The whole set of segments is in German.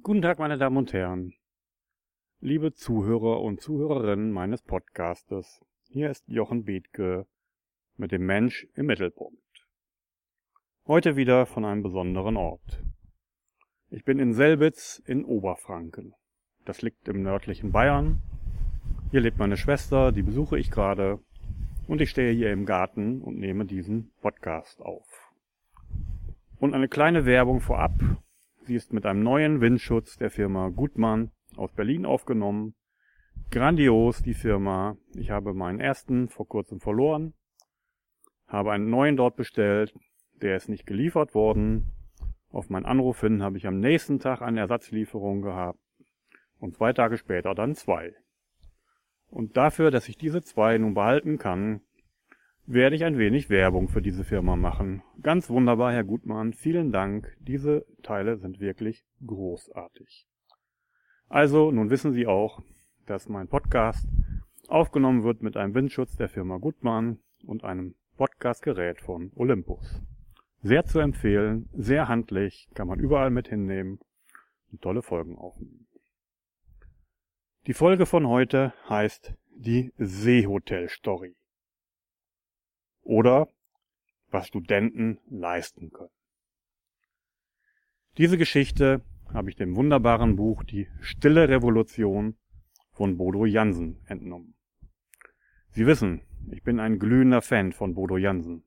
Guten Tag, meine Damen und Herren, liebe Zuhörer und Zuhörerinnen meines Podcastes. Hier ist Jochen Bethke mit dem Mensch im Mittelpunkt. Heute wieder von einem besonderen Ort. Ich bin in Selbitz in Oberfranken. Das liegt im nördlichen Bayern. Hier lebt meine Schwester, die besuche ich gerade. Und ich stehe hier im Garten und nehme diesen Podcast auf. Und eine kleine Werbung vorab. Sie ist mit einem neuen Windschutz der Firma Gutmann aus Berlin aufgenommen. Grandios, die Firma. Ich habe meinen ersten vor kurzem verloren. Habe einen neuen dort bestellt. Der ist nicht geliefert worden. Auf meinen Anruf hin habe ich am nächsten Tag eine Ersatzlieferung gehabt. Und 2 Tage später dann 2. Und dafür, dass ich diese 2 nun behalten kann, werde ich ein wenig Werbung für diese Firma machen. Ganz wunderbar, Herr Gutmann. Vielen Dank. Diese Teile sind wirklich großartig. Also, nun wissen Sie auch, dass mein Podcast aufgenommen wird mit einem Windschutz der Firma Gutmann und einem Podcastgerät von Olympus. Sehr zu empfehlen, sehr handlich, kann man überall mit hinnehmen und tolle Folgen aufnehmen. Die Folge von heute heißt die Seehotel-Story. Oder was Studenten leisten können. Diese Geschichte habe ich dem wunderbaren Buch Die Stille Revolution von Bodo Jansen entnommen. Sie wissen, ich bin ein glühender Fan von Bodo Jansen.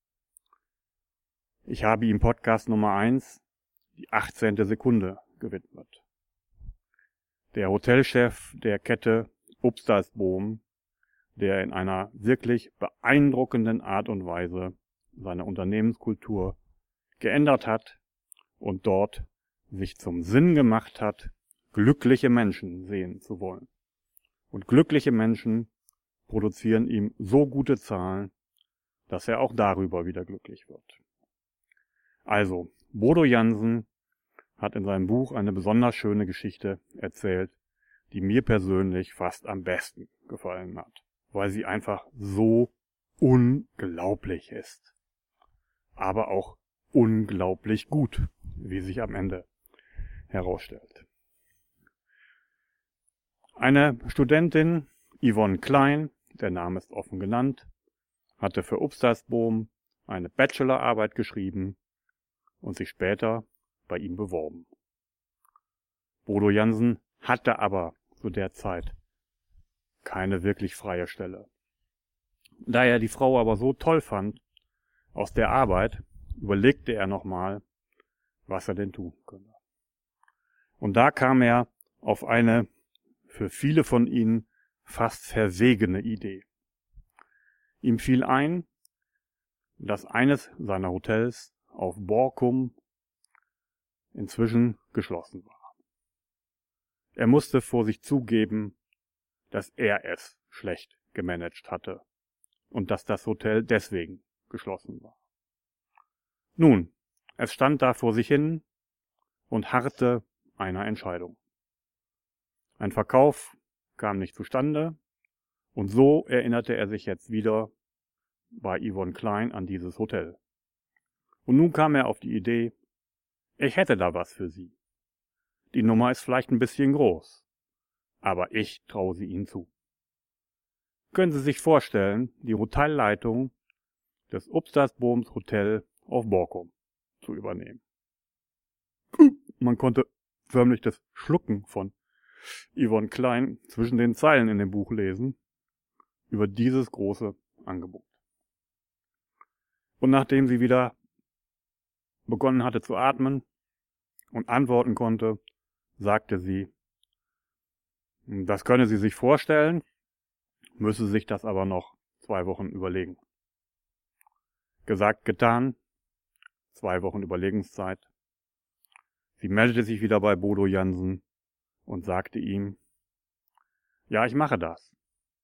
Ich habe ihm Podcast Nummer 1, die 18. Sekunde, gewidmet. Der Hotelchef der Kette Obstalsboom, der in einer wirklich beeindruckenden Art und Weise seine Unternehmenskultur geändert hat und dort sich zum Sinn gemacht hat, glückliche Menschen sehen zu wollen. Und glückliche Menschen produzieren ihm so gute Zahlen, dass er auch darüber wieder glücklich wird. Also, Bodo Jansen hat in seinem Buch eine besonders schöne Geschichte erzählt, die mir persönlich fast am besten gefallen hat, weil sie einfach so unglaublich ist. Aber auch unglaublich gut, wie sich am Ende herausstellt. Eine Studentin, Yvonne Klein, der Name ist offen genannt, hatte für Obstalsboom eine Bachelorarbeit geschrieben und sich später bei ihm beworben. Bodo Jansen hatte aber zu der Zeit keine wirklich freie Stelle. Da er die Frau aber so toll fand, aus der Arbeit, überlegte er nochmal, was er denn tun könne. Und da kam er auf eine für viele von ihnen fast verwegene Idee. Ihm fiel ein, dass eines seiner Hotels auf Borkum inzwischen geschlossen war. Er musste vor sich zugeben, dass er es schlecht gemanagt hatte und dass das Hotel deswegen geschlossen war. Nun, es stand da vor sich hin und harrte einer Entscheidung. Ein Verkauf kam nicht zustande und so erinnerte er sich jetzt wieder bei Yvonne Klein an dieses Hotel. Und nun kam er auf die Idee, ich hätte da was für Sie. Die Nummer ist vielleicht ein bisschen groß, aber ich traue sie Ihnen zu. Können Sie sich vorstellen, die Hotelleitung des Obstalsbooms Hotel auf Borkum zu übernehmen? Man konnte förmlich das Schlucken von Yvonne Klein zwischen den Zeilen in dem Buch lesen über dieses große Angebot. Und nachdem sie wieder begonnen hatte zu atmen und antworten konnte, sagte sie, das könne sie sich vorstellen, müsse sich das aber noch 2 Wochen überlegen. Gesagt, getan, 2 Wochen Überlegenszeit. Sie meldete sich wieder bei Bodo Jansen und sagte ihm, ja, ich mache das.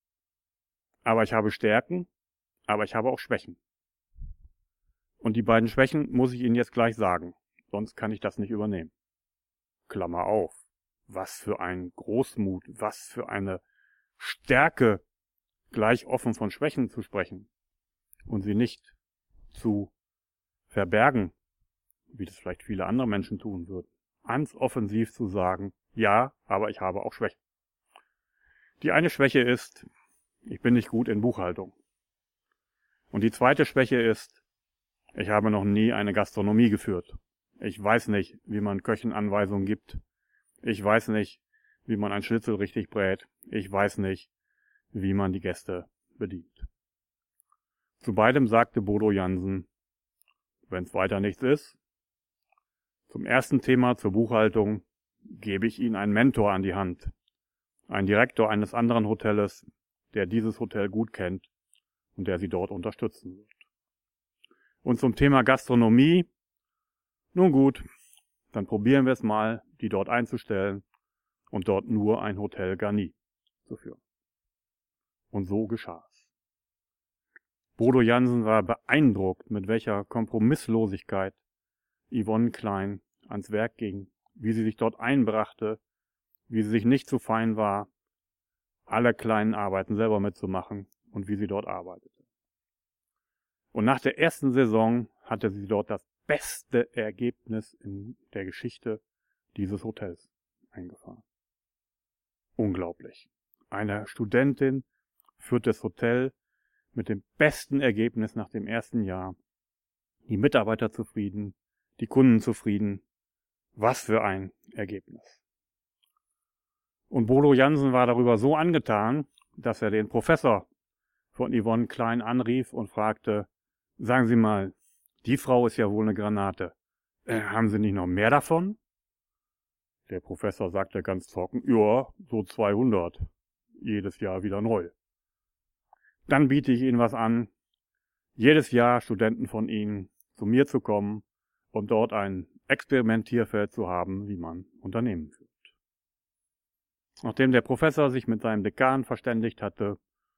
Aber ich habe Stärken, aber ich habe auch Schwächen. Und die beiden Schwächen muss ich Ihnen jetzt gleich sagen, sonst kann ich das nicht übernehmen. Klammer auf. Was für ein Großmut, was für eine Stärke, gleich offen von Schwächen zu sprechen und sie nicht zu verbergen, wie das vielleicht viele andere Menschen tun würden. ganz offensiv zu sagen, ja, aber ich habe auch Schwächen. Die eine Schwäche ist, ich bin nicht gut in Buchhaltung. Und die zweite Schwäche ist, ich habe noch nie eine Gastronomie geführt. Ich weiß nicht, wie man Köchen Anweisungen gibt. Ich weiß nicht, wie man ein Schnitzel richtig brät. Ich weiß nicht, wie man die Gäste bedient. Zu beidem sagte Bodo Jansen, wenn es weiter nichts ist, zum ersten Thema zur Buchhaltung gebe ich Ihnen einen Mentor an die Hand. Einen Direktor eines anderen Hotels, der dieses Hotel gut kennt und der Sie dort unterstützen wird. Und zum Thema Gastronomie, nun gut, dann probieren wir es mal, die dort einzustellen und dort nur ein Hotel Garni zu führen. Und so geschah es. Bodo Jansen war beeindruckt, mit welcher Kompromisslosigkeit Yvonne Klein ans Werk ging, wie sie sich dort einbrachte, wie sie sich nicht zu fein war, alle kleinen Arbeiten selber mitzumachen und wie sie dort arbeitete. Und nach der ersten Saison hatte sie dort das beste Ergebnis in der Geschichte dieses Hotels eingefahren. Unglaublich. Eine Studentin führt das Hotel mit dem besten Ergebnis nach dem ersten Jahr. Die Mitarbeiter zufrieden, die Kunden zufrieden. Was für ein Ergebnis. Und Bodo Jansen war darüber so angetan, dass er den Professor von Yvonne Klein anrief und fragte, sagen Sie mal, die Frau ist ja wohl eine Granate. Haben Sie nicht noch mehr davon? Der Professor sagte ganz trocken, ja, so 200. Jedes Jahr wieder neu. Dann biete ich Ihnen was an, jedes Jahr Studenten von Ihnen zu mir zu kommen und dort ein Experimentierfeld zu haben, wie man Unternehmen führt. Nachdem der Professor sich mit seinem Dekan verständigt hatte,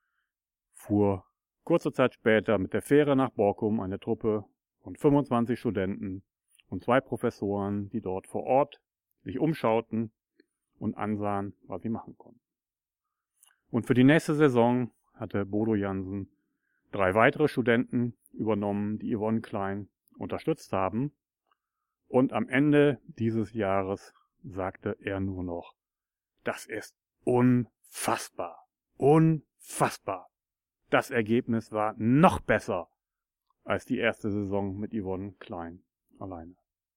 fuhr kurze Zeit später mit der Fähre nach Borkum eine Truppe von 25 Studenten und 2 Professoren, die dort vor Ort sich umschauten und ansahen, was sie machen konnten. Und für die nächste Saison hatte Bodo Jansen 3 weitere Studenten übernommen, die Yvonne Klein unterstützt haben. Und am Ende dieses Jahres sagte er nur noch, das ist unfassbar, unfassbar. Das Ergebnis war noch besser als die erste Saison mit Yvonne Klein alleine.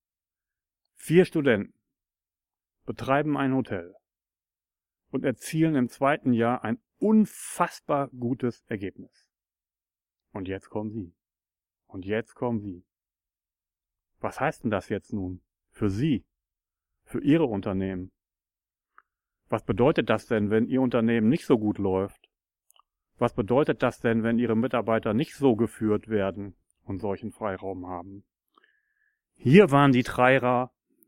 4 Studenten betreiben ein Hotel und erzielen im zweiten Jahr ein unfassbar gutes Ergebnis. Und jetzt kommen Sie. Und jetzt kommen Sie. Was heißt denn das jetzt nun für Sie, für Ihre Unternehmen? Was bedeutet das denn, wenn Ihr Unternehmen nicht so gut läuft? Was bedeutet das denn, wenn Ihre Mitarbeiter nicht so geführt werden und solchen Freiraum haben? Hier waren die Treiber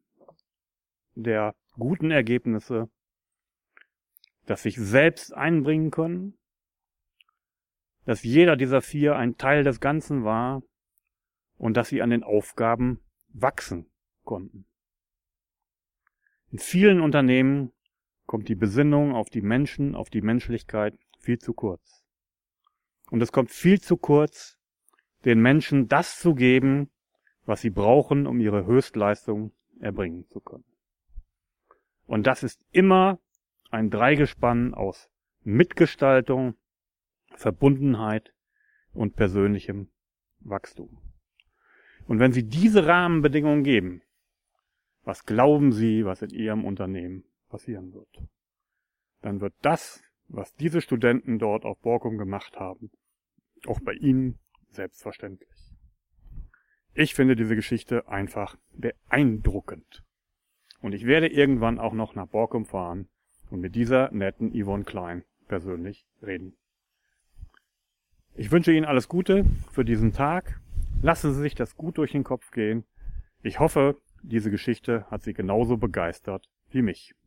der guten Ergebnisse, dass sich selbst einbringen können, dass jeder dieser 4 ein Teil des Ganzen war und dass sie an den Aufgaben wachsen konnten. In vielen Unternehmen kommt die Besinnung auf die Menschen, auf die Menschlichkeit viel zu kurz. Und es kommt viel zu kurz, den Menschen das zu geben, was sie brauchen, um ihre Höchstleistung erbringen zu können. Und das ist immer ein Dreigespann aus Mitgestaltung, Verbundenheit und persönlichem Wachstum. Und wenn Sie diese Rahmenbedingungen geben, was glauben Sie, was in Ihrem Unternehmen passieren wird? Dann wird das, was diese Studenten dort auf Borkum gemacht haben, auch bei Ihnen selbstverständlich. Ich finde diese Geschichte einfach beeindruckend. Und ich werde irgendwann auch noch nach Borkum fahren und mit dieser netten Yvonne Klein persönlich reden. Ich wünsche Ihnen alles Gute für diesen Tag. Lassen Sie sich das gut durch den Kopf gehen. Ich hoffe, diese Geschichte hat Sie genauso begeistert wie mich.